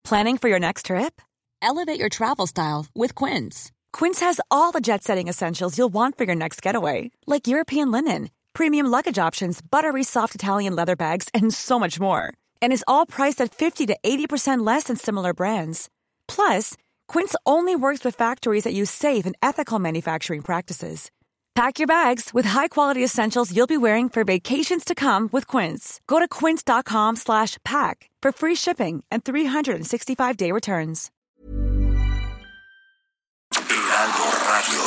Planning for your next trip? Elevate your travel style with Quince. Quince has all the jet-setting essentials you'll want for your next getaway, like European linen, premium luggage options, buttery soft Italian leather bags, and so much more. And is all priced at 50 to 80% less than similar brands. Plus, Quince only works with factories that use safe and ethical manufacturing practices. Pack your bags with high-quality essentials you'll be wearing for vacations to come with Quince. Go to quince.com/pack for free shipping and 365-day returns. Heraldo Radio.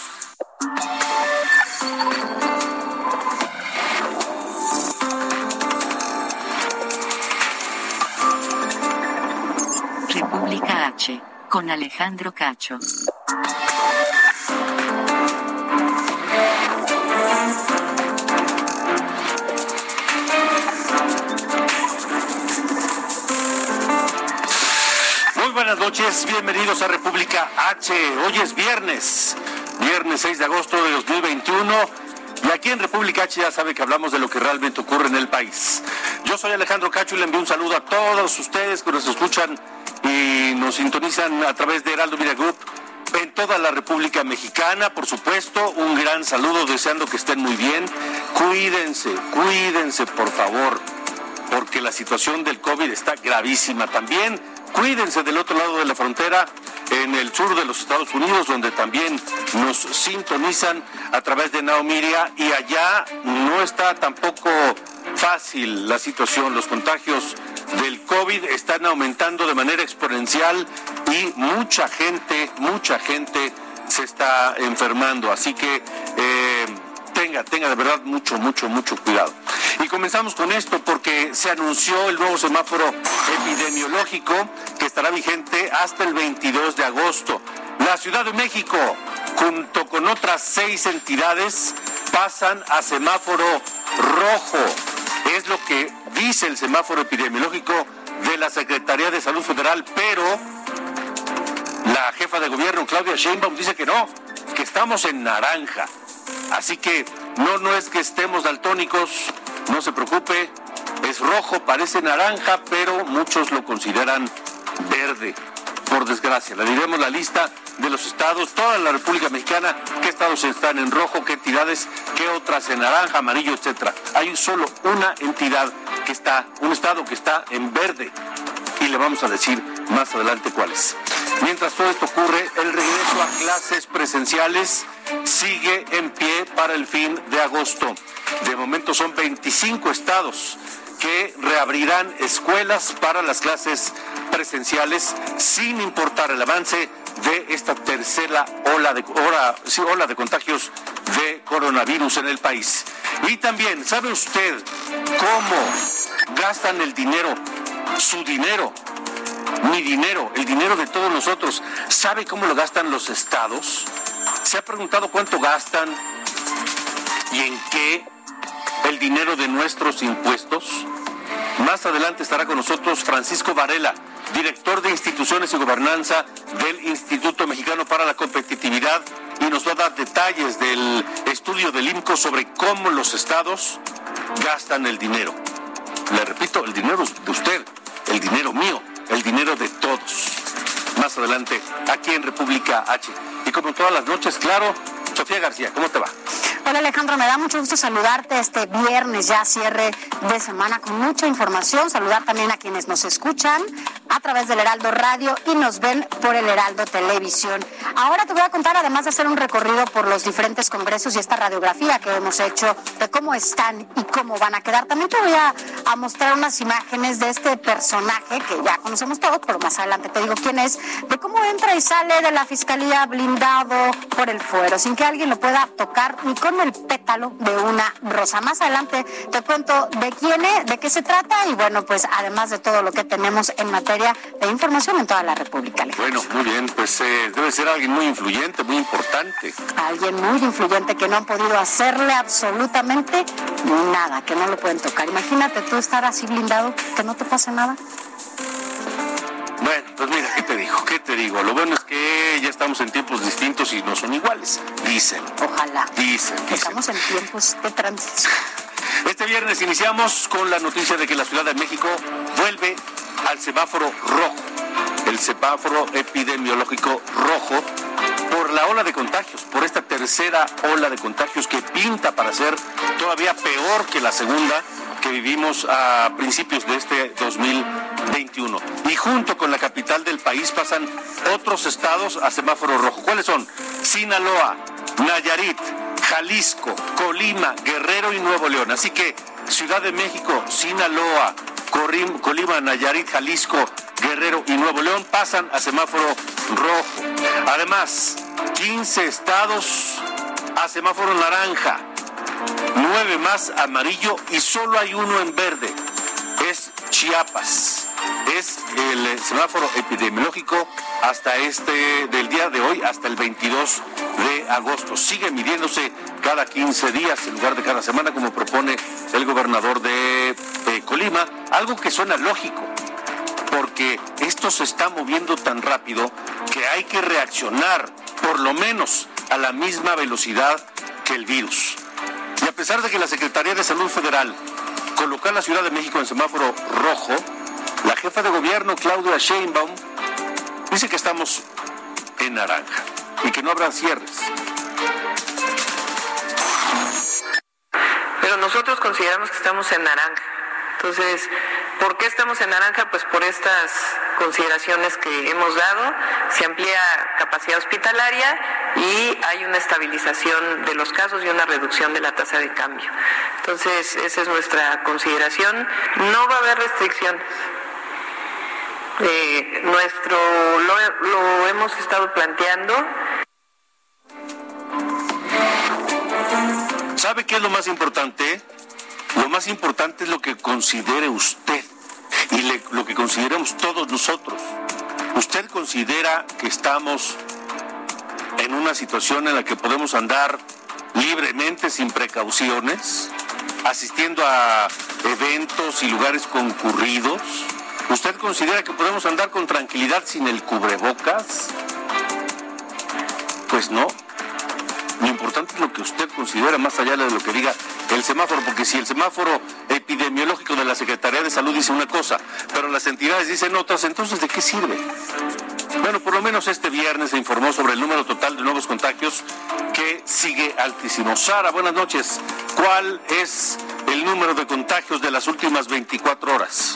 República H, con Alejandro Cacho. Muy buenas noches, bienvenidos a República H. Hoy es viernes 6 de agosto de 2021. Y aquí en República H ya sabe que hablamos de lo que realmente ocurre en el país. Yo soy Alejandro Cacho y le envío un saludo a todos ustedes que nos escuchan y nos sintonizan a través de Heraldo Media Group en toda la República Mexicana. Por supuesto, un gran saludo, deseando que estén muy bien. Cuídense por favor, porque la situación del COVID está gravísima también. Cuídense del otro lado de la frontera, en el sur de los Estados Unidos, donde también nos sintonizan a través de Now Media, y allá no está tampoco fácil la situación. Los contagios del COVID están aumentando de manera exponencial y mucha gente se está enfermando, así que tenga de verdad mucho cuidado. Y comenzamos con esto porque se anunció el nuevo semáforo epidemiológico que estará vigente hasta el 22 de agosto. La Ciudad de México, junto con otras 6 entidades, pasan a semáforo rojo. Es lo que dice el semáforo epidemiológico de la Secretaría de Salud Federal, pero la jefa de gobierno, Claudia Sheinbaum, dice que no, que estamos en naranja. Así que no es que estemos daltónicos, no se preocupe, es rojo, parece naranja, pero muchos lo consideran verde, por desgracia. Le diremos la lista de los estados, toda la República Mexicana, qué estados están en rojo, qué entidades, qué otras en naranja, amarillo, etcétera. Hay solo una entidad que está, un estado que está en verde, y le vamos a decir más adelante cuál es. Mientras todo esto ocurre, el regreso a clases presenciales sigue en pie para el fin de agosto. De momento son 25 estados que reabrirán escuelas para las clases presenciales sin importar el avance de esta tercera ola de contagios de coronavirus en el país. Y también, ¿sabe usted cómo gastan el dinero, su dinero, mi dinero, el dinero de todos nosotros? ¿Sabe cómo lo gastan los estados? ¿Se ha preguntado cuánto gastan y en qué el dinero de nuestros impuestos? Más adelante estará con nosotros Francisco Varela, director de Instituciones y Gobernanza del Instituto Mexicano para la Competitividad, y nos va a dar detalles del estudio del IMCO sobre cómo los estados gastan el dinero. Le repito, el dinero de usted, el dinero mío, el dinero de todos. Más adelante, aquí en República H. Y como todas las noches, claro, Sofía García, ¿cómo te va? Hola Alejandro, me da mucho gusto saludarte este viernes, ya cierre de semana, con mucha información. Saludar también a quienes nos escuchan a través del Heraldo Radio y nos ven por el Heraldo Televisión. Ahora te voy a contar, además de hacer un recorrido por los diferentes congresos y esta radiografía que hemos hecho de cómo están y cómo van a quedar, también te voy a mostrar unas imágenes de este personaje que ya conocemos todos, pero más adelante te digo quién es, de cómo entra y sale de la Fiscalía blindado por el fuero, sin que alguien lo pueda tocar ni con el pétalo de una rosa. Más adelante te cuento de quién es, de qué se trata, y bueno, pues además de todo lo que tenemos en materia de información en toda la República. Bueno, muy bien, pues debe ser alguien muy influyente, muy importante. Alguien muy influyente que no han podido hacerle absolutamente nada, que no lo pueden tocar. Imagínate tú estar así blindado, que no te pase nada. Bueno, pues mira, ¿qué te digo? Lo bueno es que ya estamos en tiempos distintos y no son iguales, dicen. Ojalá. Dicen. Estamos en tiempos de transición. Este viernes iniciamos con la noticia de que la Ciudad de México vuelve al semáforo rojo. semáforo epidemiológico rojo por la ola de contagios, por esta tercera ola de contagios que pinta para ser todavía peor que la segunda que vivimos a principios de este 2021. Y junto con la capital del país pasan otros estados a semáforo rojo. ¿Cuáles son? Sinaloa, Nayarit, Jalisco, Colima, Guerrero y Nuevo León. Así que Ciudad de México, Sinaloa, Colima, Nayarit, Jalisco, Guerrero y Nuevo León pasan a semáforo rojo. Además, 15 estados a semáforo naranja, 9 más amarillo y solo hay uno en verde. Es Chiapas. Es el semáforo epidemiológico hasta del día de hoy hasta el 22 de agosto. Sigue midiéndose cada 15 días en lugar de cada semana, como propone el gobernador de Colima, algo que suena lógico, porque esto se está moviendo tan rápido que hay que reaccionar por lo menos a la misma velocidad que el virus. Y a pesar de que la Secretaría de Salud Federal colocó a la Ciudad de México en semáforo rojo, la jefa de gobierno, Claudia Sheinbaum, dice que estamos en naranja y que no habrá cierres. Pero nosotros consideramos que estamos en naranja. Entonces, ¿por qué estamos en naranja? Pues por estas consideraciones que hemos dado. Se amplía capacidad hospitalaria y hay una estabilización de los casos y una reducción de la tasa de cambio. Entonces, esa es nuestra consideración. No va a haber restricciones. Lo hemos estado planteando. ¿Sabe qué es lo más importante? Lo más importante es lo que considere usted y lo que consideremos todos nosotros. ¿Usted considera que estamos en una situación en la que podemos andar libremente, sin precauciones, asistiendo a eventos y lugares concurridos? ¿Usted considera que podemos andar con tranquilidad sin el cubrebocas? Pues no. Lo importante es lo que usted considera, más allá de lo que diga el semáforo, porque si el semáforo epidemiológico de la Secretaría de Salud dice una cosa, pero las entidades dicen otras, entonces ¿de qué sirve? Bueno, por lo menos este viernes se informó sobre el número total de nuevos contagios que sigue altísimo. Sara, buenas noches. ¿Cuál es el número de contagios de las últimas 24 horas?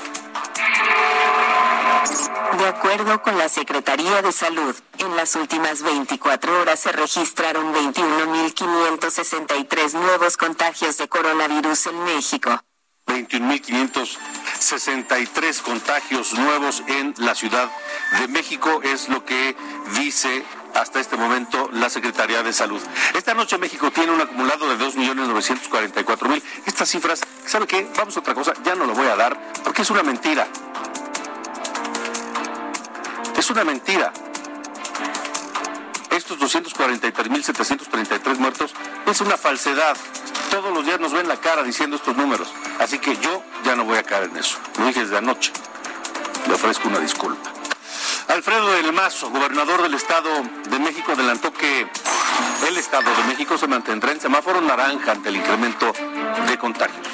De acuerdo con la Secretaría de Salud, en las últimas 24 horas se registraron 21.563 nuevos contagios de coronavirus en México. 21.563 contagios nuevos en la Ciudad de México es lo que dice hasta este momento la Secretaría de Salud. Esta noche México tiene un acumulado de 2.944.000. Estas cifras, ¿sabe qué? Vamos a otra cosa, ya no lo voy a dar porque es una mentira. Es una mentira. Estos 243.733 muertos es una falsedad. Todos los días nos ven la cara diciendo estos números. Así que yo ya no voy a caer en eso. Lo dije desde anoche. Le ofrezco una disculpa. Alfredo del Mazo, gobernador del Estado de México, adelantó que el Estado de México se mantendrá en semáforo naranja ante el incremento de contagios.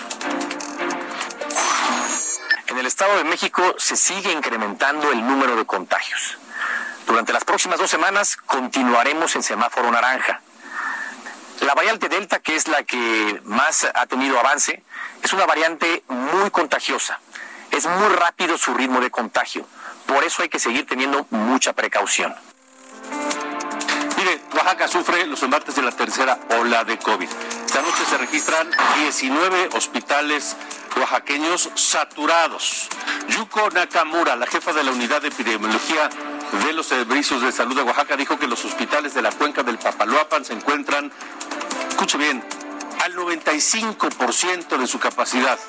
En el Estado de México se sigue incrementando el número de contagios. Durante las próximas 2 semanas continuaremos en semáforo naranja. La variante Delta, que es la que más ha tenido avance, es una variante muy contagiosa. Es muy rápido su ritmo de contagio. Por eso hay que seguir teniendo mucha precaución. Mire, Oaxaca sufre los embates de la tercera ola de COVID. Esta noche se registran 19 hospitales oaxaqueños saturados. Yuko Nakamura, la jefa de la unidad de epidemiología de los servicios de salud de Oaxaca, dijo que los hospitales de la cuenca del Papaloapan se encuentran, escuche bien, al 95% de su capacidad.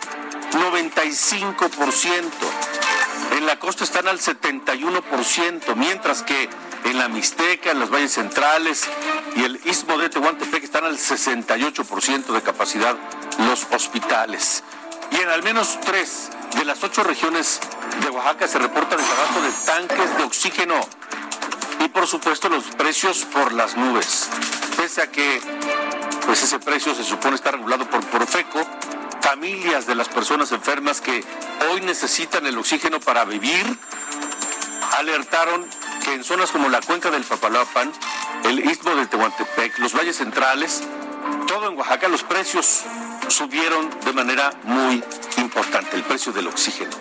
95%. En la costa están al 71%, mientras que en la Mixteca, en los valles centrales y el istmo de Tehuantepec están al 68% de capacidad los hospitales. Y en al menos 3 de las 8 regiones de Oaxaca se reporta desabasto de tanques de oxígeno. Y por supuesto los precios por las nubes. Pese a que pues ese precio se supone está regulado por Profeco, familias de las personas enfermas que hoy necesitan el oxígeno para vivir alertaron que en zonas como la cuenca del Papaloapan, el istmo de Tehuantepec, los valles centrales, todo en Oaxaca, los precios subieron de manera muy importante, el precio del oxígeno.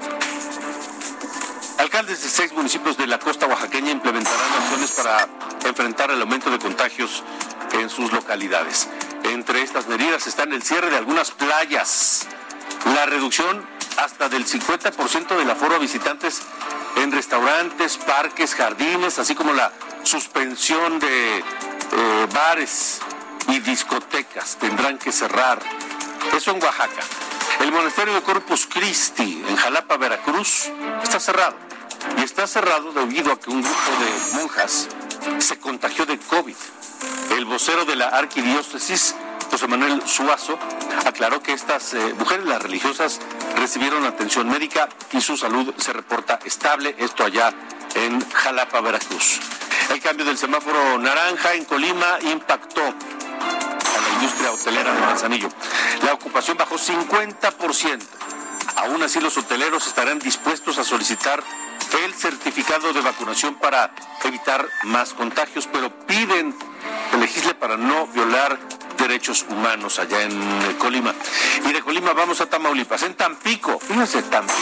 Alcaldes de 6 municipios de la costa oaxaqueña implementarán acciones para enfrentar el aumento de contagios en sus localidades. Entre estas medidas están el cierre de algunas playas, la reducción hasta del 50% del aforo a visitantes en restaurantes, parques, jardines, así como la suspensión de bares y discotecas. Tendrán que cerrar. Eso en Oaxaca. El monasterio de Corpus Christi en Jalapa, Veracruz, está cerrado. Y está cerrado debido a que un grupo de monjas se contagió de COVID. El vocero de la arquidiócesis, José Manuel Suazo, aclaró que estas mujeres, las religiosas, recibieron atención médica y su salud se reporta estable, esto allá en Jalapa, Veracruz. El cambio del semáforo naranja en Colima impactó a la industria hotelera de Manzanillo. La ocupación bajó 50%. Aún así, los hoteleros estarán dispuestos a solicitar el certificado de vacunación para evitar más contagios, pero piden que legisle para no violar derechos humanos allá en Colima. Y de Colima vamos a Tamaulipas, en Tampico. Fíjense, Tampico.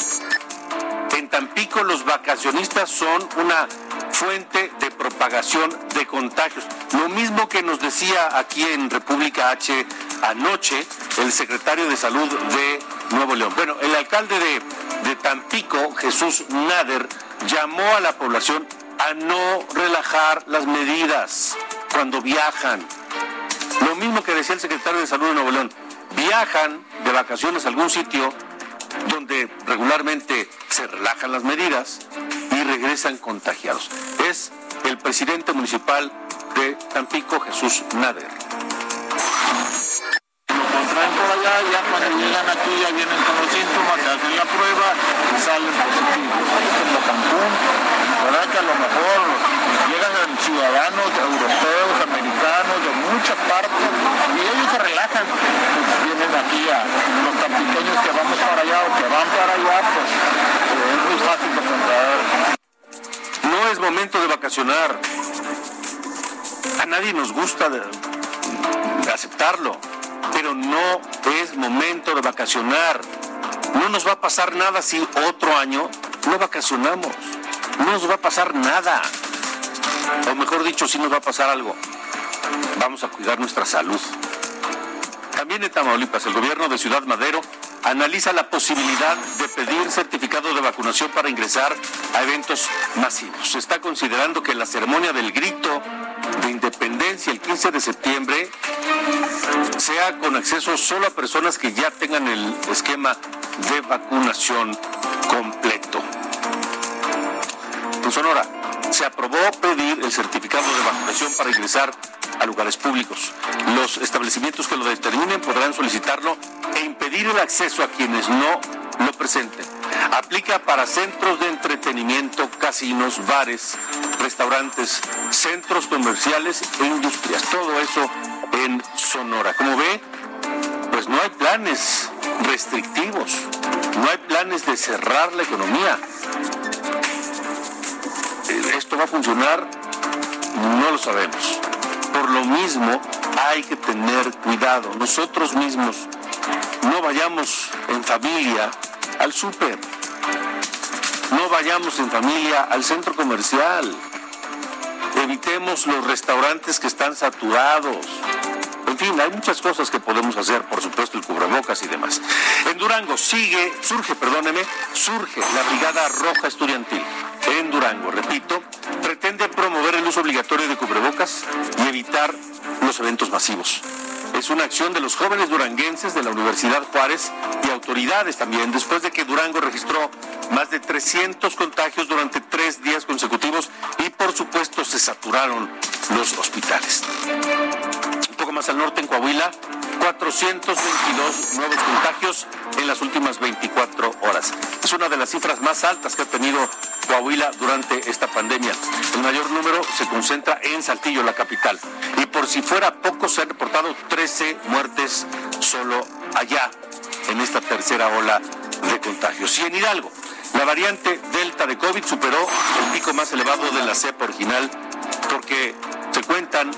En Tampico los vacacionistas son una fuente de propagación de contagios. Lo mismo que nos decía aquí en República H anoche el secretario de Salud de Nuevo León. Bueno, el alcalde de Tampico, Jesús Nader, llamó a la población a no relajar las medidas cuando viajan. Lo mismo que decía el secretario de Salud de Nuevo León. Viajan de vacaciones a algún sitio donde regularmente se relajan las medidas y regresan contagiados. Es el presidente municipal de Tampico, Jesús Nader. Lo traen por allá, ya cuando llegan aquí ya vienen con los síntomas, se hacen la prueba y salen positivos. Como Cancún, verdad que a lo mejor llegan ciudadanos europeos, americanos, de muchas partes, y ellos se relajan, pues vienen aquí a los tampiqueños que vamos para allá o que van para allá, pues es muy fácil de contraer. No es momento de vacacionar. A nadie nos gusta de aceptarlo, pero no es momento de vacacionar. No nos va a pasar nada si otro año no vacacionamos. No nos va a pasar nada. O mejor dicho, sí nos va a pasar algo. Vamos a cuidar nuestra salud. También en Tamaulipas, el gobierno de Ciudad Madero analiza la posibilidad de pedir certificado de vacunación para ingresar a eventos masivos. Se está considerando que la ceremonia del grito de independencia el 15 de septiembre sea con acceso solo a personas que ya tengan el esquema de vacunación completo. En Sonora, se aprobó pedir el certificado de vacunación para ingresar a lugares públicos. Los establecimientos que lo determinen podrán solicitarlo e impedir el acceso a quienes no lo presenten. Aplica para centros de entretenimiento, casinos, bares, restaurantes, centros comerciales e industrias. Todo eso en Sonora. Como ve, pues no hay planes restrictivos, no hay planes de cerrar la economía. ¿Esto va a funcionar? No lo sabemos. Por lo mismo, hay que tener cuidado. Nosotros mismos no vayamos en familia al súper. No vayamos en familia al centro comercial. Evitemos los restaurantes que están saturados. En fin, hay muchas cosas que podemos hacer, por supuesto, el cubrebocas y demás. En Durango surge la Brigada Roja Estudiantil. En Durango, repito, pretende promover el uso obligatorio de cubrebocas y evitar los eventos masivos. Es una acción de los jóvenes duranguenses de la Universidad Juárez y autoridades también, después de que Durango registró más de 300 contagios durante 3 días consecutivos y, por supuesto, se saturaron los hospitales. Un poco más al norte, en Coahuila, 422 nuevos contagios en las últimas 24 horas. Es una de las cifras más altas que ha tenido Coahuila durante esta pandemia. El mayor número se concentra en Saltillo, la capital. Y por si fuera poco, se han reportado 13 muertes solo allá, en esta tercera ola de contagios. Y en Hidalgo, La variante Delta de COVID superó el pico más elevado de la cepa original porque se cuentan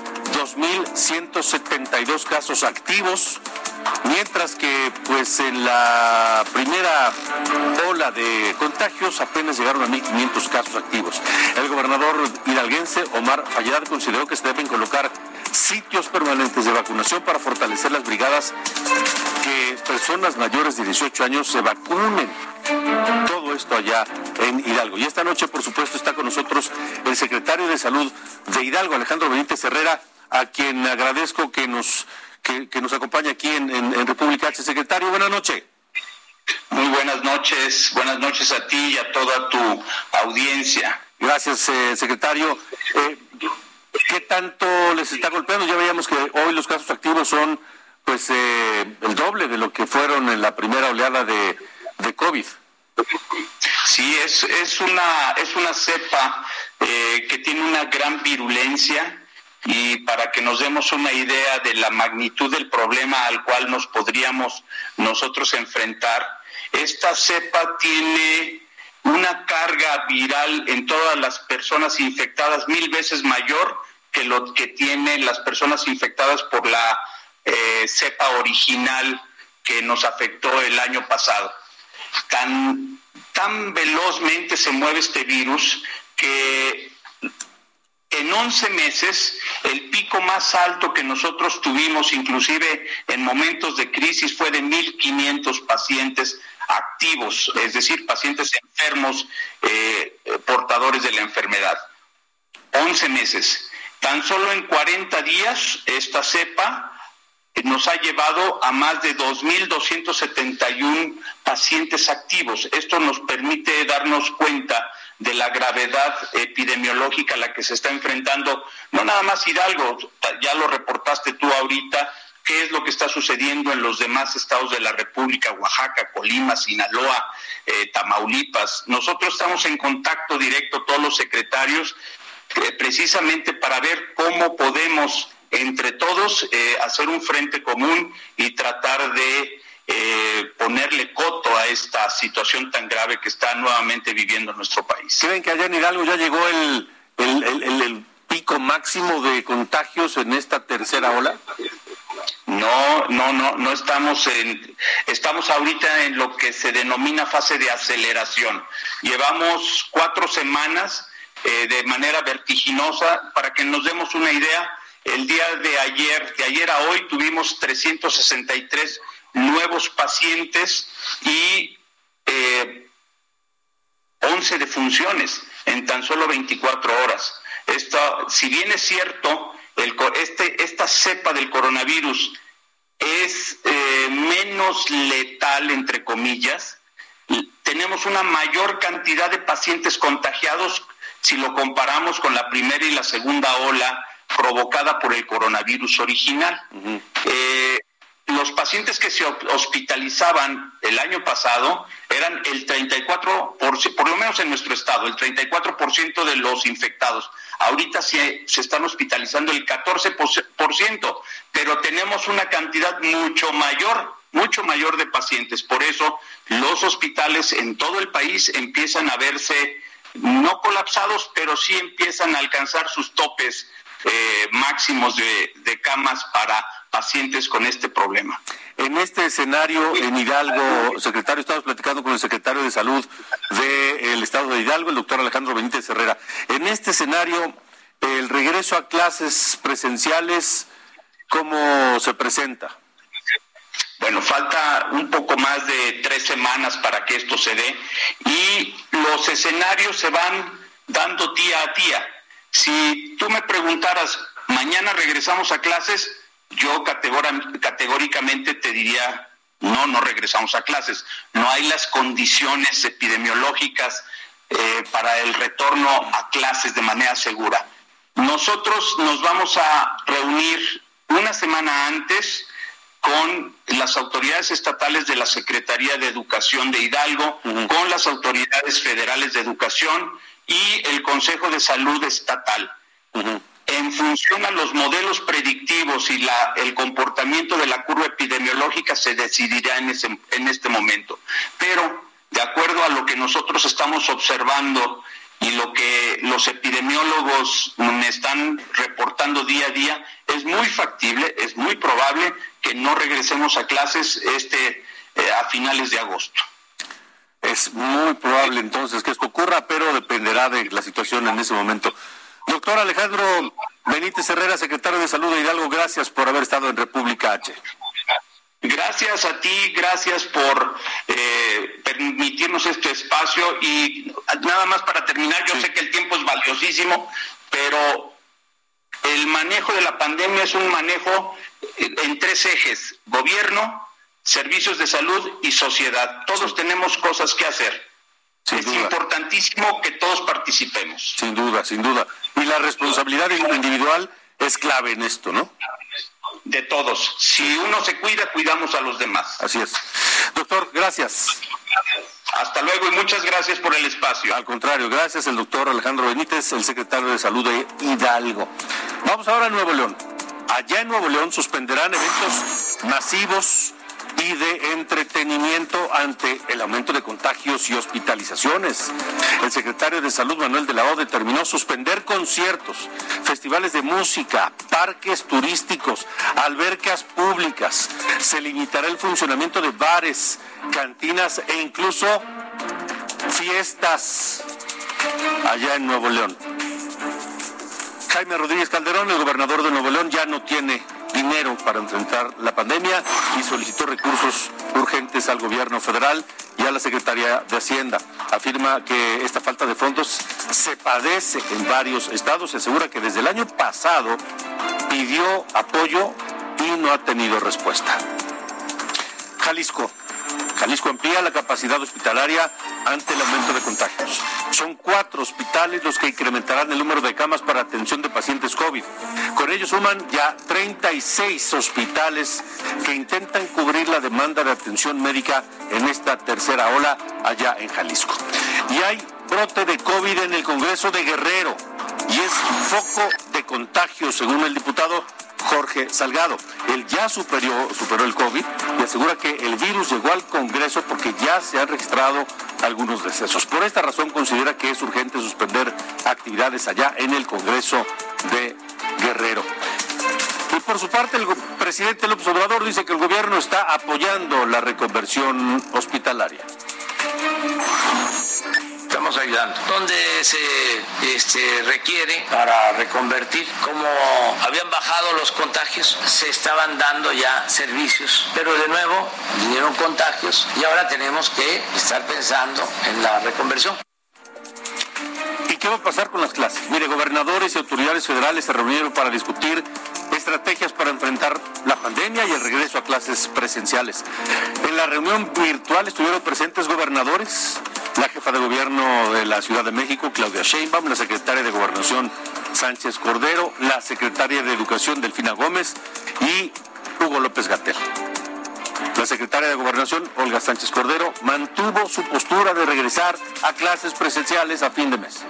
2.172 casos activos, mientras que pues en la primera ola de contagios apenas llegaron a 1.500 casos activos. El gobernador hidalguense Omar Fayad consideró que se deben colocar sitios permanentes de vacunación para fortalecer las brigadas, que personas mayores de 18 años se vacunen. Todo esto allá en Hidalgo. Y esta noche, por supuesto, está con nosotros el secretario de Salud de Hidalgo, Alejandro Benítez Herrera, a quien agradezco que nos acompañe aquí en República H. Secretario, buenas noches. Muy buenas noches a ti y a toda tu audiencia. Gracias, secretario. ¿Qué tanto les está golpeando? Ya veíamos que hoy los casos activos son pues el doble de lo que fueron en la primera oleada de COVID. Sí, es una cepa que tiene una gran virulencia, y para que nos demos una idea de la magnitud del problema al cual nos podríamos nosotros enfrentar, esta cepa tiene una carga viral en todas las personas infectadas 1000 veces mayor que lo que tienen las personas infectadas por la cepa original que nos afectó el año pasado. Tan velozmente se mueve este virus que en 11 meses, el pico más alto que nosotros tuvimos, inclusive en momentos de crisis, fue de 1.500 pacientes activos, es decir, pacientes enfermos, portadores de la enfermedad. 11 meses. Tan solo en 40 días, esta cepa nos ha llevado a más de 2.271 pacientes activos. Esto nos permite darnos cuenta de la gravedad epidemiológica a la que se está enfrentando, no nada más Hidalgo, ya lo reportaste tú ahorita, qué es lo que está sucediendo en los demás estados de la República, Oaxaca, Colima, Sinaloa, Tamaulipas. Nosotros estamos en contacto directo, todos los secretarios, precisamente para ver cómo podemos entre todos hacer un frente común y tratar de ponerle coto a esta situación tan grave que está nuevamente viviendo nuestro país. ¿Creen que allá en Hidalgo ya llegó el pico máximo de contagios en esta tercera ola? No estamos ahorita en lo que se denomina fase de aceleración. Llevamos 4 semanas de manera vertiginosa. Para que nos demos una idea, el día de ayer a hoy tuvimos 363 nuevos pacientes y 11 defunciones en tan solo 24 horas. Esto, si bien es cierto, esta cepa del coronavirus es menos letal, entre comillas, tenemos una mayor cantidad de pacientes contagiados si lo comparamos con la primera y la segunda ola provocada por el coronavirus original. Uh-huh. Los pacientes que se hospitalizaban el año pasado eran el 34%, por lo menos en nuestro estado, el 34% de los infectados. Ahorita se están hospitalizando el 14%, pero tenemos una cantidad mucho mayor de pacientes. Por eso los hospitales en todo el país empiezan a verse no colapsados, pero sí empiezan a alcanzar sus topes máximos de camas para pacientes con este problema. En este escenario, en Hidalgo, secretario, estamos platicando con el secretario de Salud del Estado de Hidalgo, el doctor Alejandro Benítez Herrera. En este escenario, el regreso a clases presenciales, ¿cómo se presenta? Bueno, falta un poco más de 3 semanas para que esto se dé y los escenarios se van dando día a día. Si tú me preguntaras, ¿mañana regresamos a clases? Yo categóricamente te diría, no regresamos a clases. No hay las condiciones epidemiológicas para el retorno a clases de manera segura. Nosotros nos vamos a reunir una semana antes con las autoridades estatales de la Secretaría de Educación de Hidalgo, uh-huh, con las autoridades federales de educación y el Consejo de Salud Estatal. Uh-huh. En función a los modelos predictivos y el comportamiento de la curva epidemiológica se decidirá en este momento. Pero de acuerdo a lo que nosotros estamos observando y lo que los epidemiólogos me están reportando día a día, es muy factible, es muy probable que no regresemos a clases a finales de agosto. Es muy probable entonces que esto ocurra, pero dependerá de la situación en ese momento. Doctor Alejandro Benítez Herrera, secretario de Salud de Hidalgo, gracias por haber estado en República H. Gracias a ti, gracias por permitirnos este espacio, y nada más para terminar, yo sé que el tiempo es valiosísimo, pero el manejo de la pandemia es un manejo en 3 ejes: gobierno, servicios de salud y sociedad. Todos tenemos cosas que hacer. Es importantísimo que todos participemos. Sin duda, sin duda. Y la responsabilidad individual es clave en esto, ¿no? De todos. Si uno se cuida, cuidamos a los demás. Así es. Doctor, gracias. Hasta luego y muchas gracias por el espacio. Al contrario, gracias el doctor Alejandro Benítez, el secretario de Salud de Hidalgo. Vamos ahora a Nuevo León. Allá en Nuevo León suspenderán eventos masivos y de entretenimiento ante el aumento de contagios y hospitalizaciones. El secretario de Salud, Manuel de la O, determinó suspender conciertos, festivales de música, parques turísticos, albercas públicas. Se limitará el funcionamiento de bares, cantinas e incluso fiestas allá en Nuevo León. Jaime Rodríguez Calderón, el gobernador de Nuevo León, ya no tiene dinero para enfrentar la pandemia y solicitó recursos urgentes al gobierno federal y a la Secretaría de Hacienda. Afirma que esta falta de fondos se padece en varios estados y asegura que desde el año pasado pidió apoyo y no ha tenido respuesta. Jalisco amplía la capacidad hospitalaria ante el aumento de contagios. Son 4 hospitales los que incrementarán el número de camas para atención de pacientes COVID. Con ello suman ya 36 hospitales que intentan cubrir la demanda de atención médica en esta tercera ola allá en Jalisco. Y hay brote de COVID en el Congreso de Guerrero y es foco de contagio, según el diputado Jorge Salgado. Él ya superó el COVID y asegura que el virus llegó al Congreso porque ya se han registrado algunos decesos. Por esta razón considera que es urgente suspender actividades allá en el Congreso de Guerrero. Y por su parte, el presidente López Obrador dice que el gobierno está apoyando la reconversión hospitalaria. Estamos ayudando. Donde se requiere para reconvertir, como habían bajado los contagios, se estaban dando ya servicios, pero de nuevo vinieron contagios y ahora tenemos que estar pensando en la reconversión. ¿Y qué va a pasar con las clases? Mire, gobernadores y autoridades federales se reunieron para discutir estrategias para enfrentar la pandemia y el regreso a clases presenciales. En la reunión virtual estuvieron presentes gobernadores, la jefa de gobierno de la Ciudad de México, Claudia Sheinbaum, la secretaria de Gobernación, Sánchez Cordero, la secretaria de Educación, Delfina Gómez, y Hugo López-Gatell. La secretaria de Gobernación, Olga Sánchez Cordero, mantuvo su postura de regresar a clases presenciales a fin de mes.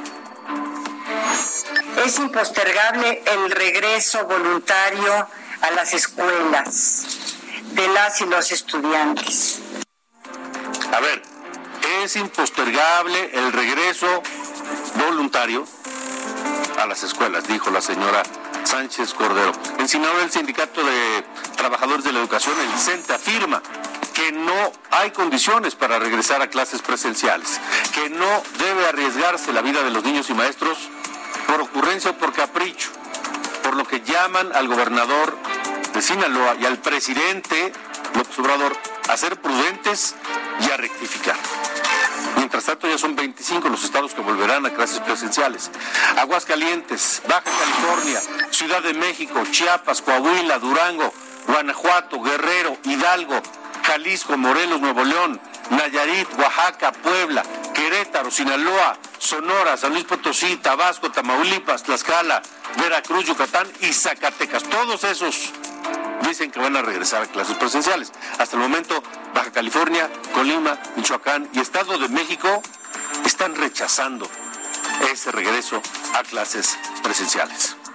Es impostergable el regreso voluntario a las escuelas de las y los estudiantes. A ver, es impostergable el regreso voluntario a las escuelas, dijo la señora Sánchez Cordero. En Sinaloa, el Sindicato de Trabajadores de la Educación, el CENTE, afirma que no hay condiciones para regresar a clases presenciales, que no debe arriesgarse la vida de los niños y maestros por ocurrencia o por capricho, por lo que llaman al gobernador de Sinaloa y al presidente López Obrador a ser prudentes y a rectificar. Mientras tanto, ya son 25 los estados que volverán a clases presenciales. Aguascalientes, Baja California, Ciudad de México, Chiapas, Coahuila, Durango, Guanajuato, Guerrero, Hidalgo, Jalisco, Morelos, Nuevo León, Nayarit, Oaxaca, Puebla, Querétaro, Sinaloa, Sonora, San Luis Potosí, Tabasco, Tamaulipas, Tlaxcala, Veracruz, Yucatán y Zacatecas. Todos esos dicen que van a regresar a clases presenciales. Hasta el momento, Baja California, Colima, Michoacán y Estado de México están rechazando ese regreso a clases presenciales.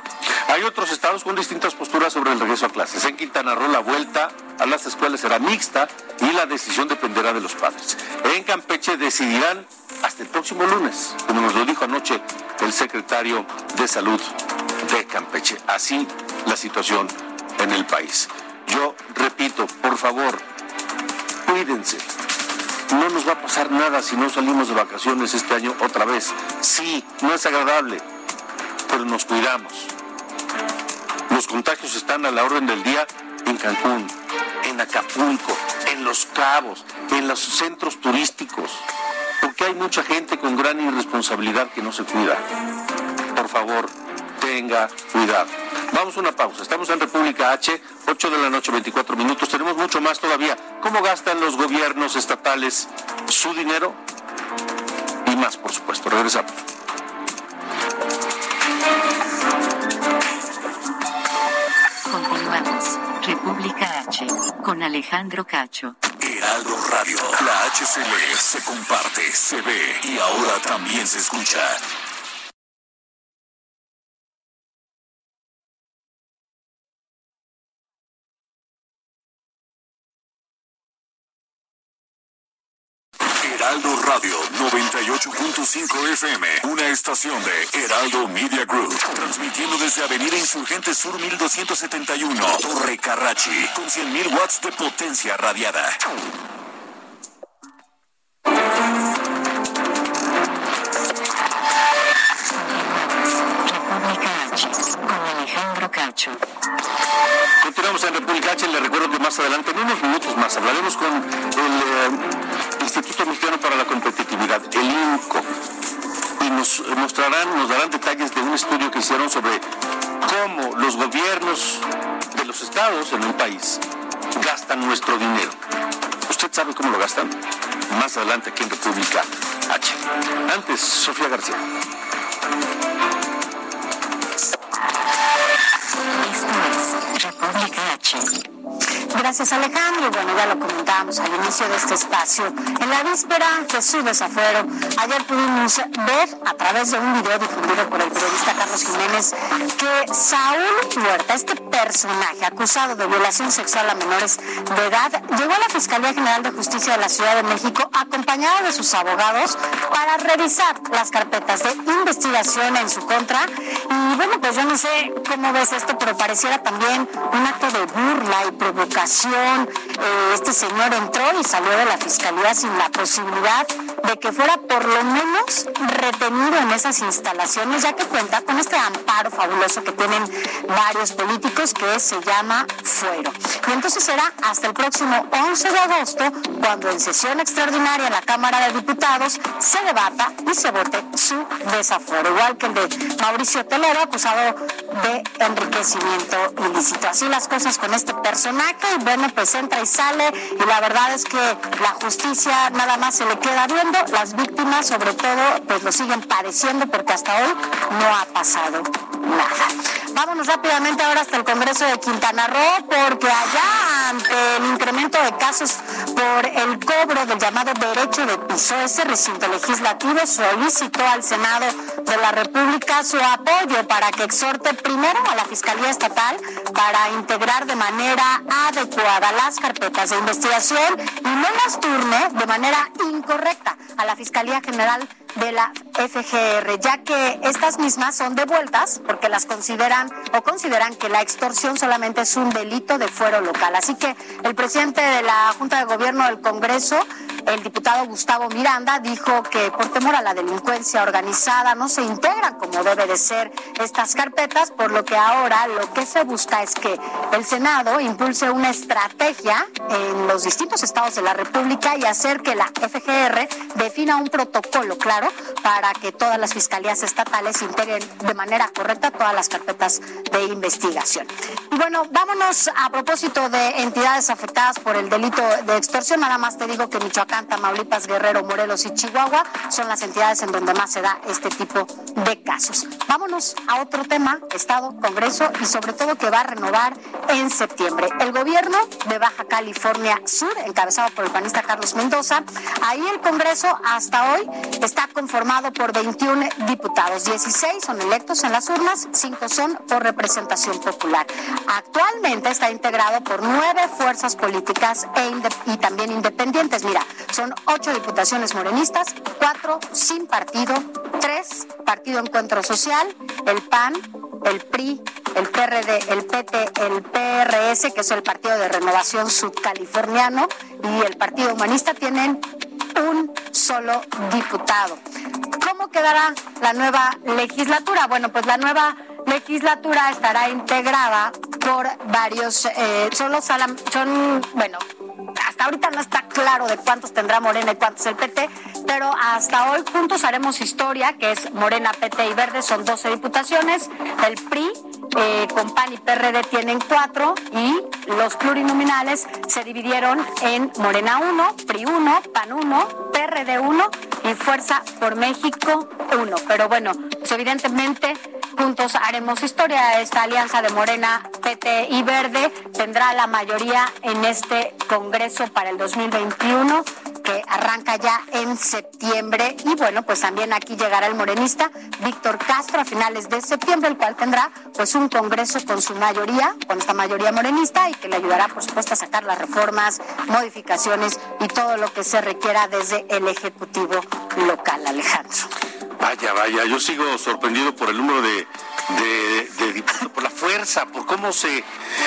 Hay otros estados con distintas posturas sobre el regreso a clases. En Quintana Roo la vuelta a las escuelas será mixta y la decisión dependerá de los padres. En Campeche decidirán hasta el próximo lunes, como nos lo dijo anoche el secretario de Salud de Campeche. Así la situación en el país. Yo repito, por favor, cuídense. No nos va a pasar nada si no salimos de vacaciones este año otra vez. Sí, no es agradable, pero nos cuidamos. Los contagios están a la orden del día en Cancún, en Acapulco, en Los Cabos, en los centros turísticos, porque hay mucha gente con gran irresponsabilidad que no se cuida. Por favor, tenga cuidado. Vamos a una pausa. Estamos en República H, 8 de la noche, 24 minutos. Tenemos mucho más todavía. ¿Cómo gastan los gobiernos estatales su dinero? Y más, por supuesto. Regresamos. Continuamos. República H, con Alejandro Cacho. Heraldo Radio. La HCL se comparte, se ve y ahora también se escucha. Heraldo Radio 98.5 FM, una estación de Heraldo Media Group, transmitiendo desde Avenida Insurgente Sur 1271, Torre Carrachi, con 100.000 watts de potencia radiada. República H, con Alejandro Cacho. Continuamos en República H. Les recuerdo que más adelante, en unos minutos más, hablaremos con el Instituto Mexicano para la Competitividad, el INCO, y nos darán detalles de un estudio que hicieron sobre cómo los gobiernos de los estados en un país gastan nuestro dinero. ¿Usted sabe cómo lo gastan? Más adelante aquí en República H. Antes, Sofía García. Esto es República H. Gracias, Alejandro. Bueno, ya lo comentábamos al inicio de este espacio. En la víspera de su desafuero, ayer pudimos ver a través de un video difundido por el periodista Carlos Jiménez que Saúl Huerta, este personaje acusado de violación sexual a menores de edad, llegó a la Fiscalía General de Justicia de la Ciudad de México acompañado de sus abogados para revisar las carpetas de investigación en su contra. Y bueno, pues yo no sé cómo ves esto, pero pareciera también un acto de burla y provocación. Este señor entró y salió de la Fiscalía sin la posibilidad de que fuera por lo menos retenido en esas instalaciones, ya que cuenta con este amparo fabuloso que tienen varios políticos que se llama fuero. Y entonces será hasta el próximo 11 de agosto cuando en sesión extraordinaria en la Cámara de Diputados se debata y se vote su desafuero, igual que el de Mauricio Toledo, acusado de enriquecimiento ilícito. Así las cosas con este personaje, y bueno, pues entra y sale, y la verdad es que la justicia nada más se le queda viendo, las víctimas sobre todo pues lo siguen padeciendo porque hasta hoy no ha pasado nada. Vámonos rápidamente ahora hasta el Congreso de Quintana Roo, porque allá ante el incremento de casos por el cobro del llamado derecho de piso, ese recinto legislativo solicitó al Senado de la República su apoyo para que exhorte primero a la Fiscalía Estatal para integrar de manera adecuada las carpetas de investigación y no las turne de manera incorrecta a la Fiscalía General de la FGR, ya que estas mismas son devueltas porque las consideran que la extorsión solamente es un delito de fuero local. Así que el presidente de la Junta de Gobierno del Congreso, el diputado Gustavo Miranda, dijo que por temor a la delincuencia organizada no se integran como debe de ser estas carpetas, por lo que ahora lo que se busca es que el Senado impulse una estrategia en los distintos estados de la República y hacer que la FGR defina un protocolo claro para que todas las fiscalías estatales integren de manera correcta todas las carpetas de investigación. Y bueno, vámonos a propósito de entidades afectadas por el delito de extorsión. Nada más te digo que Michoacán Michoacán, Tamaulipas, Guerrero, Morelos y Chihuahua son las entidades en donde más se da este tipo de casos. Vámonos a otro tema, Estado, Congreso y sobre todo que va a renovar en septiembre. El gobierno de Baja California Sur, encabezado por el panista Carlos Mendoza, ahí el Congreso hasta hoy está conformado por 21 diputados, 16 son electos en las urnas, 5 son por representación popular. Actualmente está integrado por 9 fuerzas políticas y también independientes. Mira, son 8 diputaciones morenistas, 4 sin partido, 3 Partido Encuentro Social, el PAN, el PRI, el PRD, el PT, el PRS, que es el Partido de Renovación Sudcaliforniano, y el Partido Humanista tienen un solo diputado. ¿Cómo quedará la nueva legislatura? Bueno, pues la nueva legislatura estará integrada por varios, hasta ahorita no está claro de cuántos tendrá Morena y cuántos el PT, pero hasta hoy juntos haremos historia, que es Morena, PT y Verde, son 12 diputaciones, el PRI con PAN y PRD tienen 4 y los plurinominales se dividieron en Morena 1, PRI 1, PAN 1, PRD 1 y Fuerza por México 1. Pero bueno, pues evidentemente juntos haremos historia. Esta alianza de Morena, PT y Verde tendrá la mayoría en este Congreso para el 2021, que arranca ya en septiembre. Y bueno, pues también aquí llegará el morenista Víctor Castro a finales de septiembre, el cual tendrá pues un Congreso con su mayoría, con esta mayoría morenista, y que le ayudará por supuesto a sacar las reformas, modificaciones y todo lo que se requiera desde el Ejecutivo local. Alejandro. Vaya, yo sigo sorprendido por el número de diputados, por la fuerza, por cómo se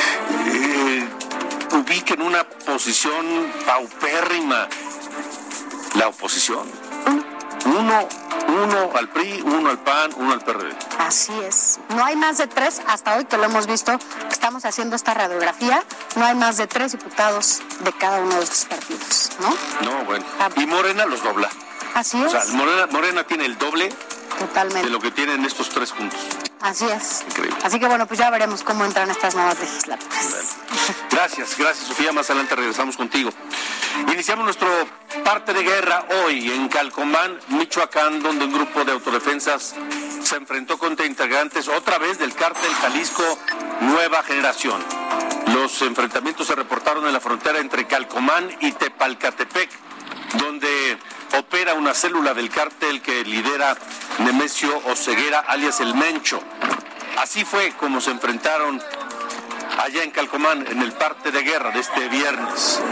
ubica en una posición paupérrima la oposición. Uno al PRI, 1 al PAN, 1 al PRD. Así es. No hay más de 3, hasta hoy que lo hemos visto, que estamos haciendo esta radiografía, no hay más de 3 diputados de cada uno de estos partidos, ¿no? No, bueno. Y Morena los dobla. Así es. O sea, Morena tiene el doble totalmente de lo que tienen estos 3 juntos. Así es. Increíble. Así que bueno, pues ya veremos cómo entran estas nuevas legislaturas. Bueno. Gracias, Sofía. Más adelante regresamos contigo. Iniciamos nuestro parte de guerra hoy en Calcomán, Michoacán, donde un grupo de autodefensas se enfrentó contra integrantes otra vez del cártel Jalisco Nueva Generación. Los enfrentamientos se reportaron en la frontera entre Calcomán y Tepalcatepec, donde opera una célula del cártel que lidera Nemesio Oseguera, alias El Mencho. Así fue como se enfrentaron allá en Calcomán, en el parte de guerra de este viernes.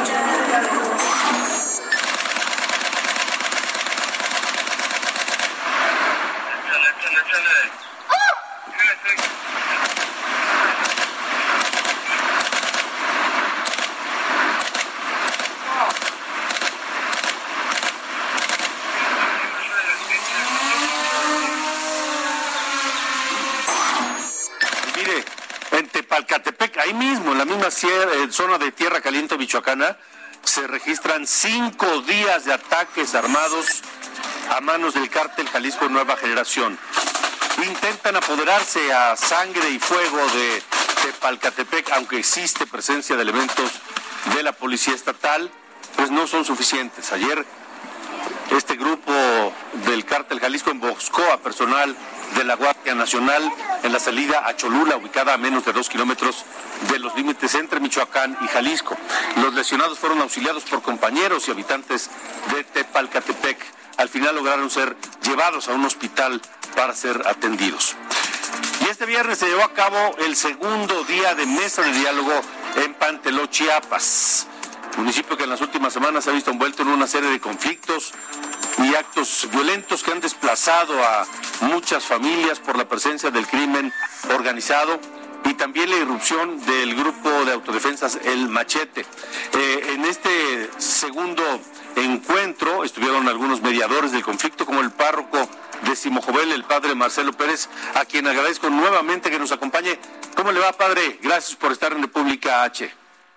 Ahí mismo, en la misma zona de Tierra Caliente michoacana, se registran 5 días de ataques armados a manos del cártel Jalisco Nueva Generación. Intentan apoderarse a sangre y fuego de Tepalcatepec, aunque existe presencia de elementos de la policía estatal, pues no son suficientes. Ayer este grupo del cártel Jalisco emboscó a personal de la Guardia Nacional en la salida a Cholula, ubicada a menos de 2 kilómetros de los límites entre Michoacán y Jalisco. Los lesionados fueron auxiliados por compañeros y habitantes de Tepalcatepec. Al final lograron ser llevados a un hospital para ser atendidos. Y este viernes se llevó a cabo el segundo día de mesa de diálogo en Panteló, Chiapas, municipio que en las últimas semanas se ha visto envuelto en una serie de conflictos y actos violentos que han desplazado a muchas familias por la presencia del crimen organizado y también la irrupción del grupo de autodefensas El Machete. En este segundo encuentro estuvieron algunos mediadores del conflicto, como el párroco de Simojovel, el padre Marcelo Pérez, a quien agradezco nuevamente que nos acompañe. ¿Cómo le va, padre? Gracias por estar en República H.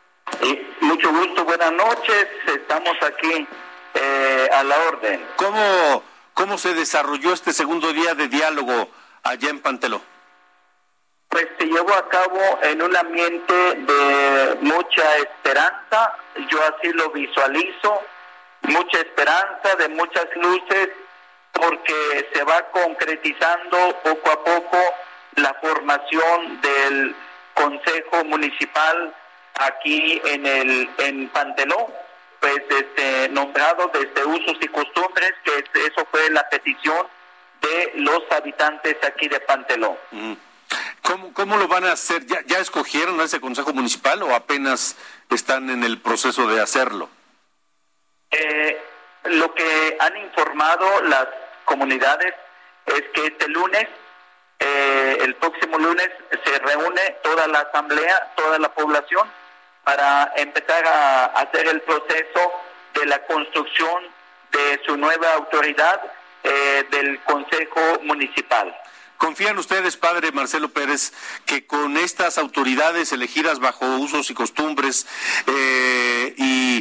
Mucho gusto, buenas noches, estamos aquí a la orden. ¿Cómo se desarrolló este segundo día de diálogo allá en Panteló? Pues se llevó a cabo en un ambiente de mucha esperanza, yo así lo visualizo. mucha esperanza, de muchas luces, porque se va concretizando poco a poco la formación del Consejo Municipal aquí en Panteló, pues nombrado desde Usos y Costumbres, que eso fue la petición de los habitantes aquí de Panteló. ¿Cómo lo van a hacer? ¿Ya escogieron a ese Consejo Municipal o apenas están en el proceso de hacerlo? Lo que han informado las comunidades es que este lunes, el próximo lunes, se reúne toda la asamblea, toda la población, para empezar a hacer el proceso de la construcción de su nueva autoridad del Consejo Municipal. ¿Confían ustedes, padre Marcelo Pérez, que con estas autoridades elegidas bajo usos y costumbres y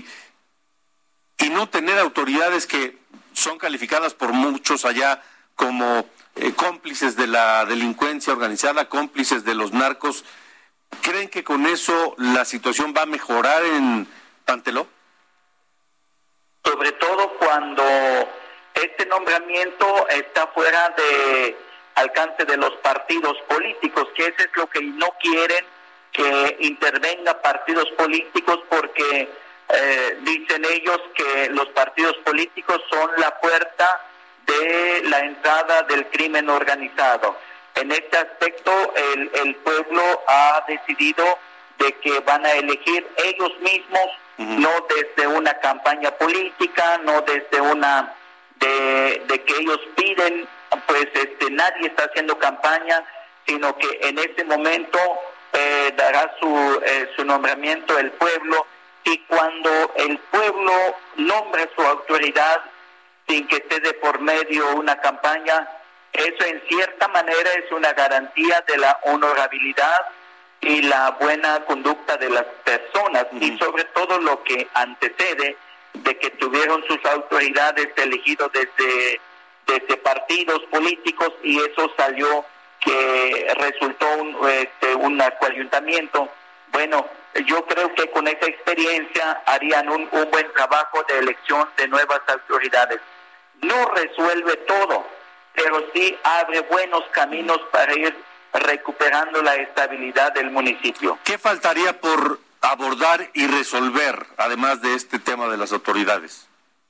no tener autoridades que son calificadas por muchos allá como cómplices de la delincuencia organizada, cómplices de los narcos, creen que con eso la situación va a mejorar en Panteló? Sobre todo cuando este nombramiento está fuera de alcance de los partidos políticos, que eso es lo que no quieren, que intervenga partidos políticos, porque dicen ellos que los partidos políticos son la puerta de la entrada del crimen organizado. En este aspecto el pueblo ha decidido de que van a elegir ellos mismos, no desde una campaña política, no desde una de que ellos piden, pues nadie está haciendo campaña, sino que en ese momento dará su nombramiento el pueblo, y cuando el pueblo nombre su autoridad sin que esté de por medio una campaña, eso en cierta manera es una garantía de la honorabilidad y la buena conducta de las personas, y sobre todo lo que antecede de que tuvieron sus autoridades elegidos desde partidos políticos, y eso salió que resultó un coayuntamiento. Bueno, yo creo que con esa experiencia harían un buen trabajo de elección de nuevas autoridades. No resuelve todo, pero sí abre buenos caminos para ir recuperando la estabilidad del municipio. ¿Qué faltaría por abordar y resolver, además de este tema de las autoridades?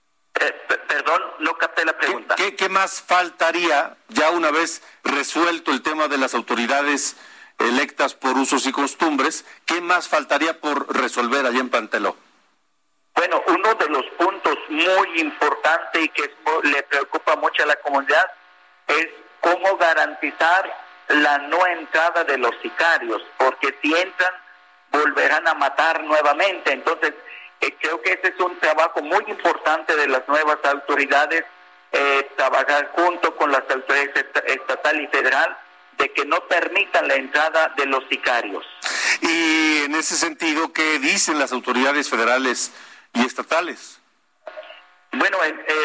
Perdón, no capté la pregunta. ¿Qué más faltaría, ya una vez resuelto el tema de las autoridades electas por usos y costumbres, qué más faltaría por resolver allá en Panteló? Bueno, uno de los puntos muy importantes y que le preocupa mucho a la comunidad es cómo garantizar la no entrada de los sicarios, porque si entran volverán a matar nuevamente. Entonces creo que ese es un trabajo muy importante de las nuevas autoridades, trabajar junto con las autoridades estatal y federal, de que no permitan la entrada de los sicarios. Y en ese sentido, ¿qué dicen las autoridades federales y estatales? Bueno,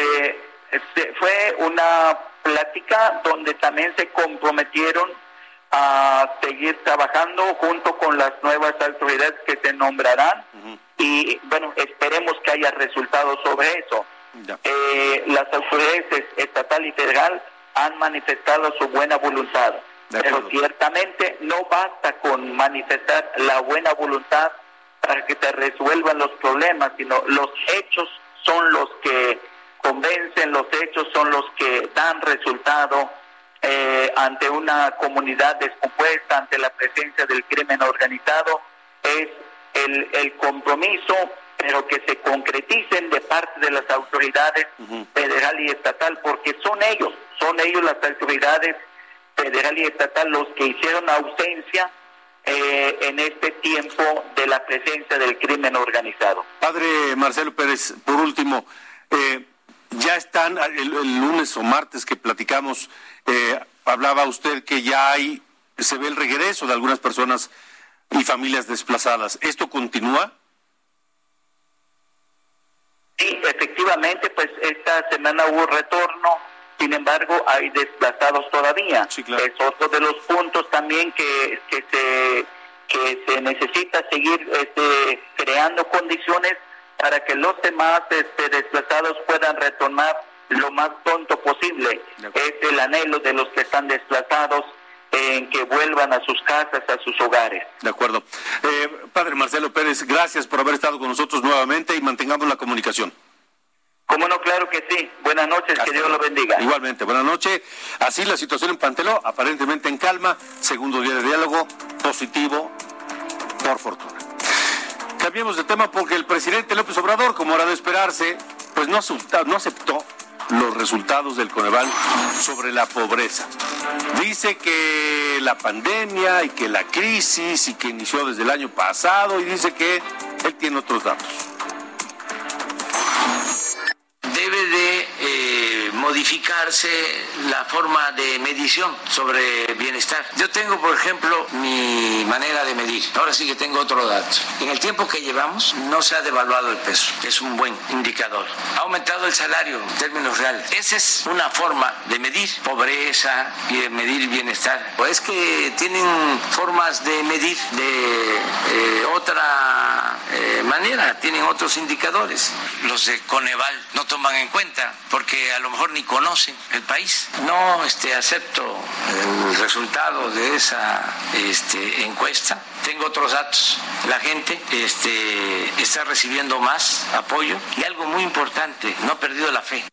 fue una plática donde también se comprometieron a seguir trabajando junto con las nuevas autoridades que se nombrarán, y bueno, esperemos que haya resultados sobre eso. Las autoridades estatal y federal han manifestado su buena voluntad, pero ciertamente no basta con manifestar la buena voluntad para que se resuelvan los problemas, sino los hechos son los que convencen, los hechos son los que dan resultado ante una comunidad descompuesta, ante la presencia del crimen organizado. Es el compromiso, pero que se concreticen de parte de las autoridades federal y estatal, porque son ellos las autoridades federal y estatal los que hicieron ausencia en este tiempo de la presencia del crimen organizado. Padre Marcelo Pérez, por último, ya están, el lunes o martes que platicamos, hablaba usted que ya se ve el regreso de algunas personas y familias desplazadas. ¿Esto continúa? Sí, efectivamente, pues esta semana hubo retorno, sin embargo hay desplazados todavía. Sí, claro. Es otro de los puntos también que se necesita seguir creando condiciones para que los demás desplazados puedan retornar lo más pronto posible. Es el anhelo de los que están desplazados en que vuelvan a sus casas, a sus hogares. De acuerdo. Padre Marcelo Pérez, gracias por haber estado con nosotros nuevamente y mantengamos la comunicación. Cómo no, claro que sí. Buenas noches, que Dios lo bendiga. Igualmente, buenas noches. Así la situación en Panteló, aparentemente en calma, segundo día de diálogo, positivo, por fortuna. Cambiemos de tema porque el presidente López Obrador, como era de esperarse, pues no aceptó los resultados del Coneval sobre la pobreza. Dice que la pandemia y que la crisis y que inició desde el año pasado y dice que él tiene otros datos. Debe de modificarse la forma de medición sobre bienestar. Yo tengo, por ejemplo, mi manera de medir. Ahora sí que tengo otro dato. En el tiempo que llevamos no se ha devaluado el peso. Es un buen indicador. Ha aumentado el salario en términos reales. Esa es una forma de medir pobreza y de medir bienestar. Pues es que tienen formas de medir de otra manera. Tienen otros indicadores. Los de Coneval no toman en cuenta porque a lo mejor ni conocen el país. No acepto el resultado de esa encuesta. Tengo otros datos. La gente está recibiendo más apoyo y algo muy importante, no ha perdido la fe.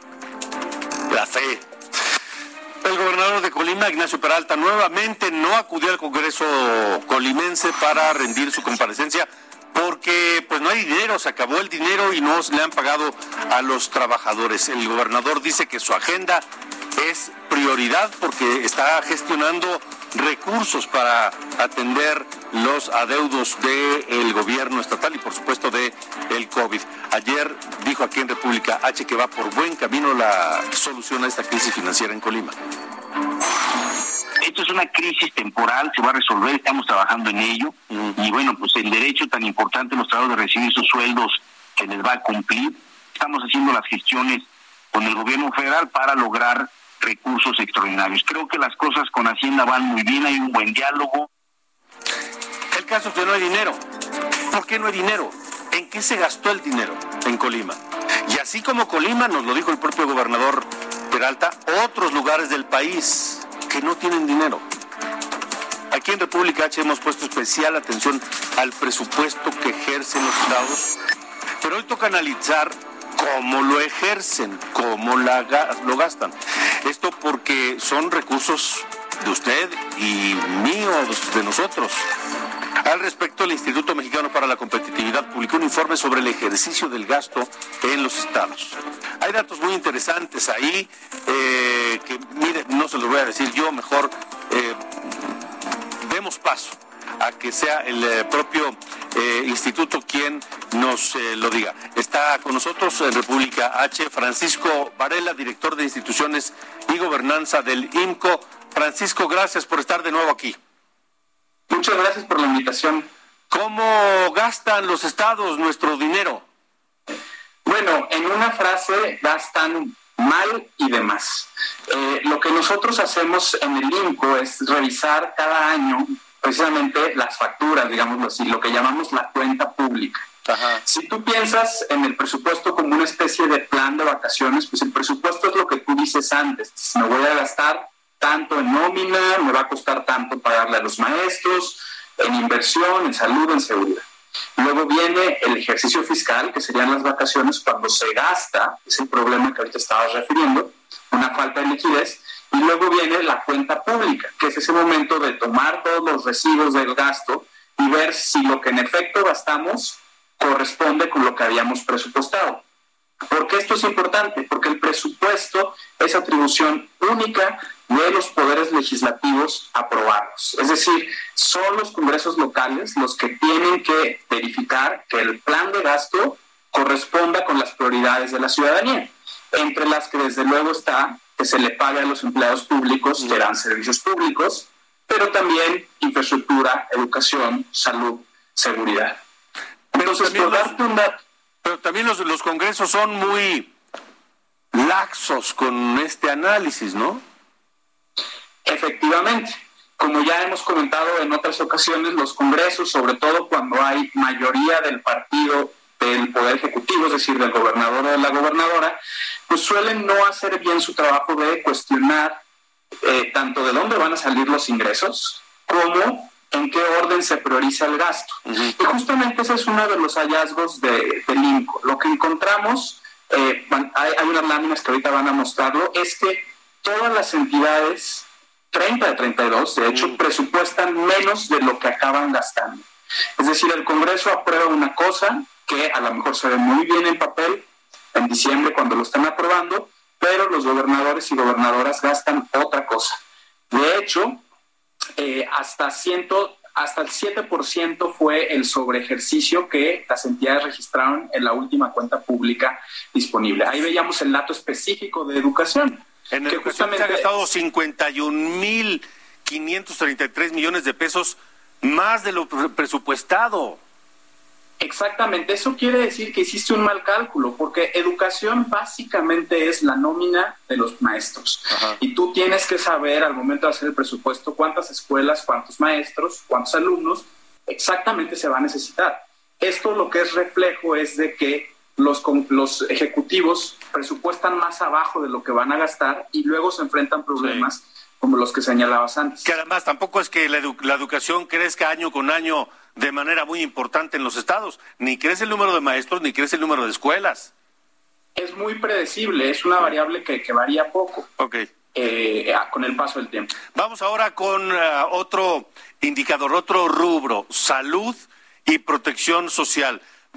La fe. El gobernador de Colima, Ignacio Peralta, nuevamente no acudió al Congreso colimense para rendir su comparecencia porque pues no hay dinero, se acabó el dinero y no le han pagado a los trabajadores. El gobernador dice que su agenda es prioridad porque está gestionando recursos para atender los adeudos del gobierno estatal y por supuesto de el COVID. Ayer dijo aquí en República H que va por buen camino la solución a esta crisis financiera en Colima. Esto es una crisis temporal, se va a resolver, estamos trabajando en ello. Y bueno, pues el derecho tan importante de los trabajadores de recibir sus sueldos se les va a cumplir. Estamos haciendo las gestiones con el gobierno federal para lograr recursos extraordinarios. Creo que las cosas con Hacienda van muy bien, hay un buen diálogo. El caso es que no hay dinero. ¿Por qué no hay dinero? ¿En qué se gastó el dinero en Colima? Y así como Colima, nos lo dijo el propio gobernador Peralta, otros lugares del país que no tienen dinero. Aquí en República H hemos puesto especial atención al presupuesto que ejercen los estados, pero hoy toca analizar cómo lo ejercen, cómo lo gastan. Esto porque son recursos de usted y míos, de nosotros. Al respecto, el Instituto Mexicano para la Competitividad publicó un informe sobre el ejercicio del gasto en los estados. Hay datos muy interesantes ahí que, mire, no se los voy a decir yo, mejor demos paso a que sea el propio instituto quien nos lo diga. Está con nosotros en República H Francisco Varela, director de Instituciones y Gobernanza del IMCO. Francisco, gracias por estar de nuevo aquí. Muchas gracias por la invitación. ¿Cómo gastan los estados nuestro dinero? Bueno, en una frase, gastan mal y de más. Lo que nosotros hacemos en el IMCO es revisar cada año precisamente las facturas, digámoslo así, lo que llamamos la cuenta pública. Ajá. Si tú piensas en el presupuesto como una especie de plan de vacaciones, pues el presupuesto es lo que tú dices antes. Me voy a gastar tanto en nómina, me va a costar tanto pagarle a los maestros, en inversión, en salud, en seguridad. Luego viene el ejercicio fiscal, que serían las vacaciones, cuando se gasta, es el problema que ahorita estabas refiriendo, una falta de liquidez. Y luego viene la cuenta pública, que es ese momento de tomar todos los recibos del gasto y ver si lo que en efecto gastamos corresponde con lo que habíamos presupuestado. ¿Por qué esto es importante? Porque el presupuesto es atribución única de los poderes legislativos aprobados. Es decir, son los congresos locales los que tienen que verificar que el plan de gasto corresponda con las prioridades de la ciudadanía, entre las que desde luego está que se le pague a los empleados públicos que dan servicios públicos, pero también infraestructura, educación, salud, seguridad. Entonces, por darte un dato... Pero también los congresos son muy laxos con este análisis, ¿no? Efectivamente. Como ya hemos comentado en otras ocasiones, los congresos, sobre todo cuando hay mayoría del partido del Poder Ejecutivo, es decir, del gobernador o de la gobernadora, pues suelen no hacer bien su trabajo de cuestionar tanto de dónde van a salir los ingresos como en qué orden se prioriza el gasto. Y justamente ese es uno de los hallazgos del INCO. Lo que encontramos, hay unas láminas que ahorita van a mostrarlo, es que todas las entidades, 30 de 32, de hecho, presupuestan menos de lo que acaban gastando. Es decir, el Congreso aprueba una cosa que a lo mejor se ve muy bien en papel en diciembre cuando lo están aprobando, pero los gobernadores y gobernadoras gastan otra cosa. De hecho, hasta el 7% fue el sobreejercicio que las entidades registraron en la última cuenta pública disponible. Ahí veíamos el dato específico de educación. En educación se ha gastado 51.533 millones de pesos más de lo presupuestado. Exactamente, eso quiere decir que hiciste un mal cálculo, porque educación básicamente es la nómina de los maestros. Ajá. Y tú tienes que saber al momento de hacer el presupuesto cuántas escuelas, cuántos maestros, cuántos alumnos exactamente se va a necesitar. Esto lo que es reflejo es de que los ejecutivos presupuestan más abajo de lo que van a gastar y luego se enfrentan problemas como los que señalabas antes. Que además tampoco es que la educación crezca año con año de manera muy importante en los estados. Ni crece el número de maestros, ni crece el número de escuelas. Es muy predecible, es una variable que varía poco. Okay. Con el paso del tiempo. Vamos ahora con otro indicador, otro rubro, salud y protección social.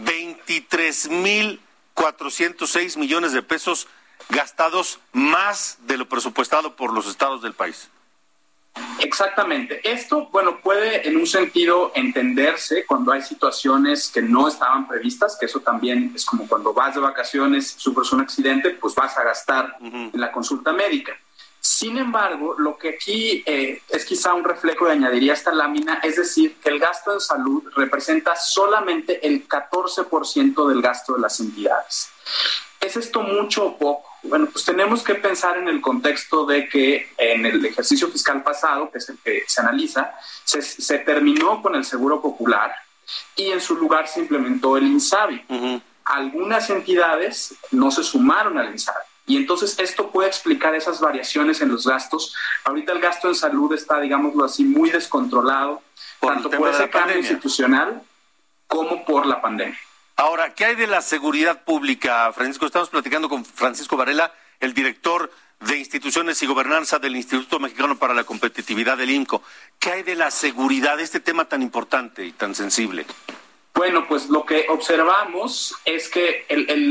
23.406 millones de pesos gastados más de lo presupuestado por los estados del país. Exactamente. Esto, puede en un sentido entenderse cuando hay situaciones que no estaban previstas, que eso también es como cuando vas de vacaciones, sufres un accidente, pues vas a gastar en la consulta médica. Sin embargo, lo que aquí es quizá un reflejo de añadiría esta lámina, es decir, que el gasto en salud representa solamente el 14% del gasto de las entidades. ¿Es esto mucho o poco? Bueno, pues tenemos que pensar en el contexto de que en el ejercicio fiscal pasado, que es el que se analiza, se terminó con el Seguro Popular y en su lugar se implementó el INSABI. Algunas entidades no se sumaron al INSABI. Y entonces esto puede explicar esas variaciones en los gastos. Ahorita el gasto en salud está, digámoslo así, muy descontrolado, tanto por ese cambio institucional como por la pandemia. Ahora, ¿qué hay de la seguridad pública, Francisco? Estamos platicando con Francisco Varela, el director de Instituciones y Gobernanza del Instituto Mexicano para la Competitividad del INCO. ¿Qué hay de la seguridad, este tema tan importante y tan sensible? Bueno, pues lo que observamos es que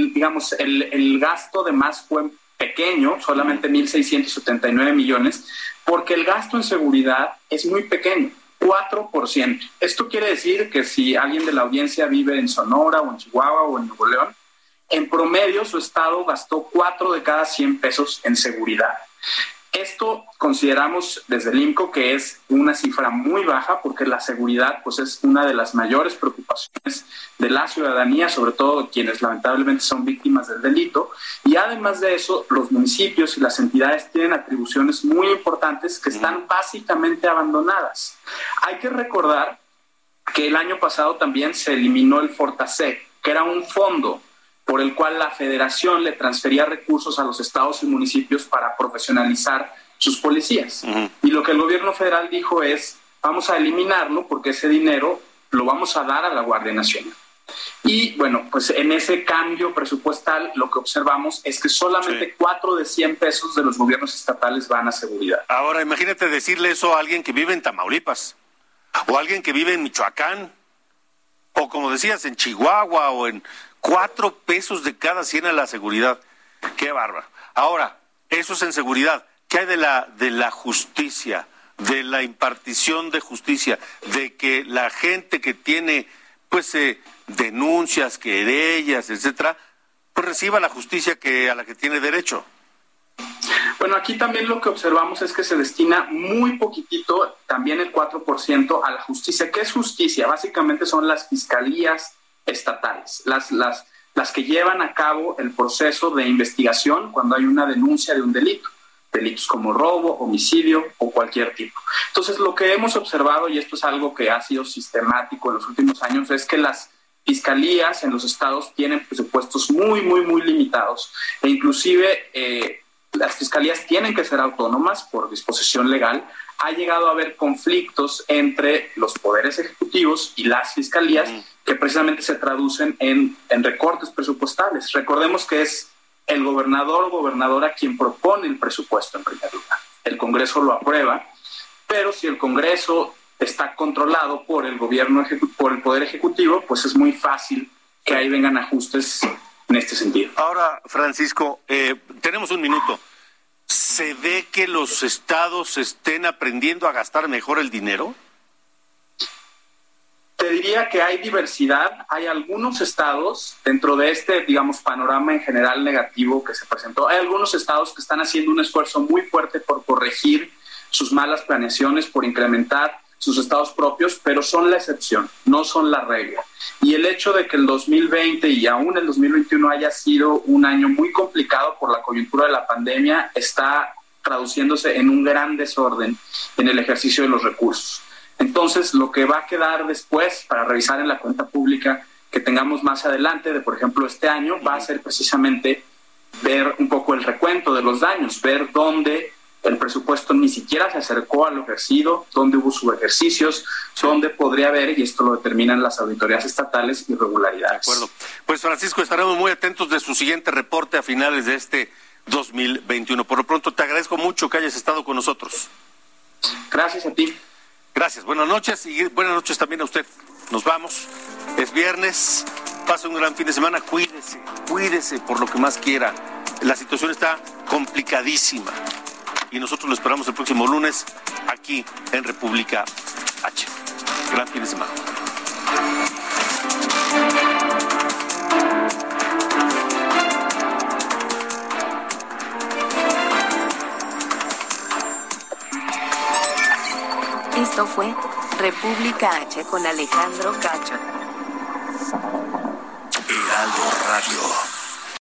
el gasto de más fue pequeño, solamente 1.679 millones, porque el gasto en seguridad es muy pequeño, 4%. Esto quiere decir que si alguien de la audiencia vive en Sonora o en Chihuahua o en Nuevo León, en promedio su estado gastó 4 de cada 100 pesos en seguridad. Esto consideramos desde el INCO que es una cifra muy baja porque la seguridad pues es una de las mayores preocupaciones de la ciudadanía, sobre todo quienes lamentablemente son víctimas del delito. Y además de eso, los municipios y las entidades tienen atribuciones muy importantes que están básicamente abandonadas. Hay que recordar que el año pasado también se eliminó el Fortaseg, que era un fondo por el cual la federación le transfería recursos a los estados y municipios para profesionalizar sus policías. Y lo que el gobierno federal dijo es, vamos a eliminarlo porque ese dinero lo vamos a dar a la Guardia Nacional. Y bueno, pues en ese cambio presupuestal lo que observamos es que solamente 4 de 100 pesos de los gobiernos estatales van a seguridad. Ahora, imagínate decirle eso a alguien que vive en Tamaulipas, o a alguien que vive en Michoacán, o como decías, en Chihuahua, o en 4 pesos de cada 100 a la seguridad. Qué bárbaro. Ahora, eso es en seguridad. ¿Qué hay de la justicia, de la impartición de justicia, de que la gente que tiene denuncias, querellas, etcétera, pues reciba la justicia a la que tiene derecho? Bueno, aquí también lo que observamos es que se destina muy poquitito, también el 4%, a la justicia. ¿Qué es justicia? Básicamente son las fiscalías estatales, las que llevan a cabo el proceso de investigación cuando hay una denuncia de un delito, delitos como robo, homicidio o cualquier tipo. Entonces, lo que hemos observado, y esto es algo que ha sido sistemático en los últimos años, es que las fiscalías en los estados tienen presupuestos muy limitados e inclusive las fiscalías tienen que ser autónomas por disposición legal. Ha llegado a haber conflictos entre los poderes ejecutivos y las fiscalías que precisamente se traducen en recortes presupuestales. Recordemos que es el gobernador o gobernadora quien propone el presupuesto en primer lugar. El Congreso lo aprueba, pero si el Congreso está controlado por el gobierno, por el Poder Ejecutivo, pues es muy fácil que ahí vengan ajustes en este sentido. Ahora, Francisco, tenemos un minuto. ¿Se ve que los estados estén aprendiendo a gastar mejor el dinero? Te diría que hay diversidad. Hay algunos estados, dentro de este, digamos, panorama en general negativo que se presentó, hay algunos estados que están haciendo un esfuerzo muy fuerte por corregir sus malas planeaciones, por incrementar sus estados propios, pero son la excepción, no son la regla. Y el hecho de que el 2020 y aún el 2021 haya sido un año muy complicado por la coyuntura de la pandemia está traduciéndose en un gran desorden en el ejercicio de los recursos. Entonces, lo que va a quedar después para revisar en la cuenta pública que tengamos más adelante, de por ejemplo este año, va a ser precisamente ver un poco el recuento de los daños, ver dónde el presupuesto ni siquiera se acercó a lo ejercido, dónde hubo subejercicios, dónde podría haber, y esto lo determinan las auditorías estatales, irregularidades. De acuerdo. Pues Francisco, estaremos muy atentos de su siguiente reporte a finales de este 2021. Por lo pronto te agradezco mucho que hayas estado con nosotros. Gracias a ti. Gracias, buenas noches y buenas noches también a usted. Nos vamos, es viernes, pase un gran fin de semana, cuídese por lo que más quiera. La situación está complicadísima y nosotros lo esperamos el próximo lunes aquí en República H. Gran fin de semana. Esto fue República H con Alejandro Cacho. Heraldo Radio.